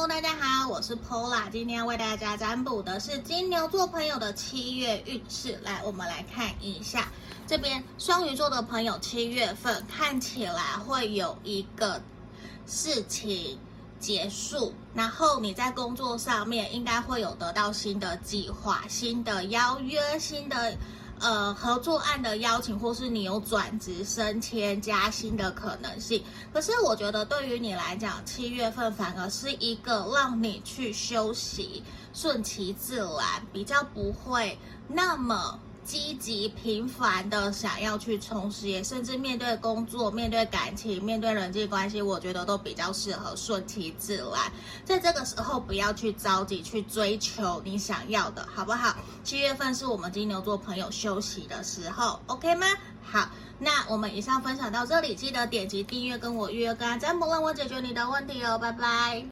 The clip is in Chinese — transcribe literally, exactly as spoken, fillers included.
大家好，我是 Pola， 今天要为大家占卜的是金牛座朋友的七月运势。来，我们来看一下，这边双鱼座的朋友七月份看起来会有一个事情结束，然后你在工作上面应该会有得到新的计划、新的邀约、新的呃合作案的邀请，或是你有转职升迁加薪的可能性。可是我觉得对于你来讲，七月份反而是一个让你去休息、顺其自然，比较不会那么积极频繁的想要去冲事业，甚至面对工作、面对感情、面对人际关系，我觉得都比较适合顺其自然。在这个时候不要去着急去追求你想要的，好不好？七月份是我们金牛座朋友休息的时候 OK 吗？好，那我们以上分享到这里，记得点击订阅跟我预约个案占卜，让我解决你的问题哦，拜拜。